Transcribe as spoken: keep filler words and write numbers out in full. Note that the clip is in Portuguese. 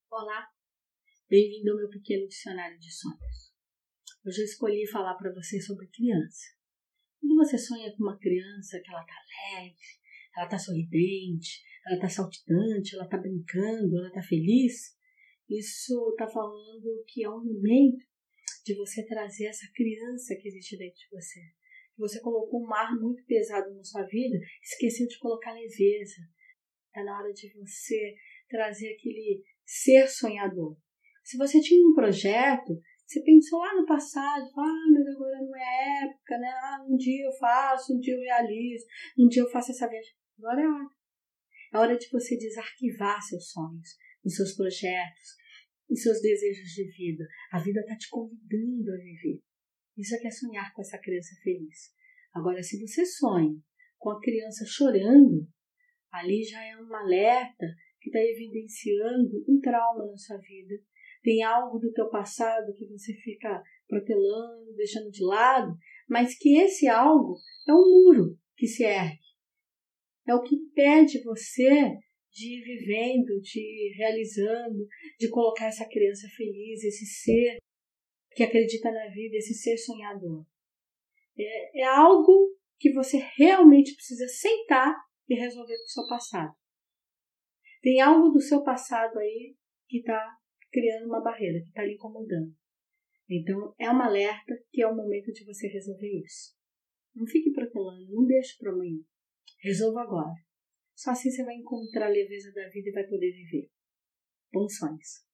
Olá, bem-vindo ao meu pequeno dicionário de sonhos. Hoje eu escolhi falar para você sobre criança. Quando você sonha com uma criança que ela tá leve, ela tá sorridente, ela tá saltitante, ela tá brincando, ela tá feliz, isso tá falando que é um momento de você trazer essa criança que existe dentro de você. Que você colocou um mar muito pesado na sua vida, esqueceu de colocar leveza. Tá na hora de você trazer aquele ser sonhador. Se você tinha um projeto, você pensou lá no passado, ah, mas agora não é época, né? Ah, um dia eu faço, um dia eu realizo, um dia eu faço essa viagem. Agora é hora. É hora de você desarquivar seus sonhos, os seus projetos, os seus desejos de vida. A vida está te convidando a viver. Isso é que é sonhar com essa criança feliz. Agora, se você sonha com a criança chorando, ali já é um alerta que está evidenciando um trauma na sua vida. Tem algo do teu passado que você fica protelando, deixando de lado, mas que esse algo é um muro que se ergue. É o que impede você de ir vivendo, de ir realizando, de colocar essa criança feliz, esse ser que acredita na vida, esse ser sonhador. É, é algo que você realmente precisa sentar e resolver com o seu passado. Tem algo do seu passado aí que está criando uma barreira, que está lhe incomodando. Então, é um alerta que é o momento de você resolver isso. Não fique protelando, não deixe para amanhã. Resolva agora. Só assim você vai encontrar a leveza da vida e vai poder viver. Bons sonhos.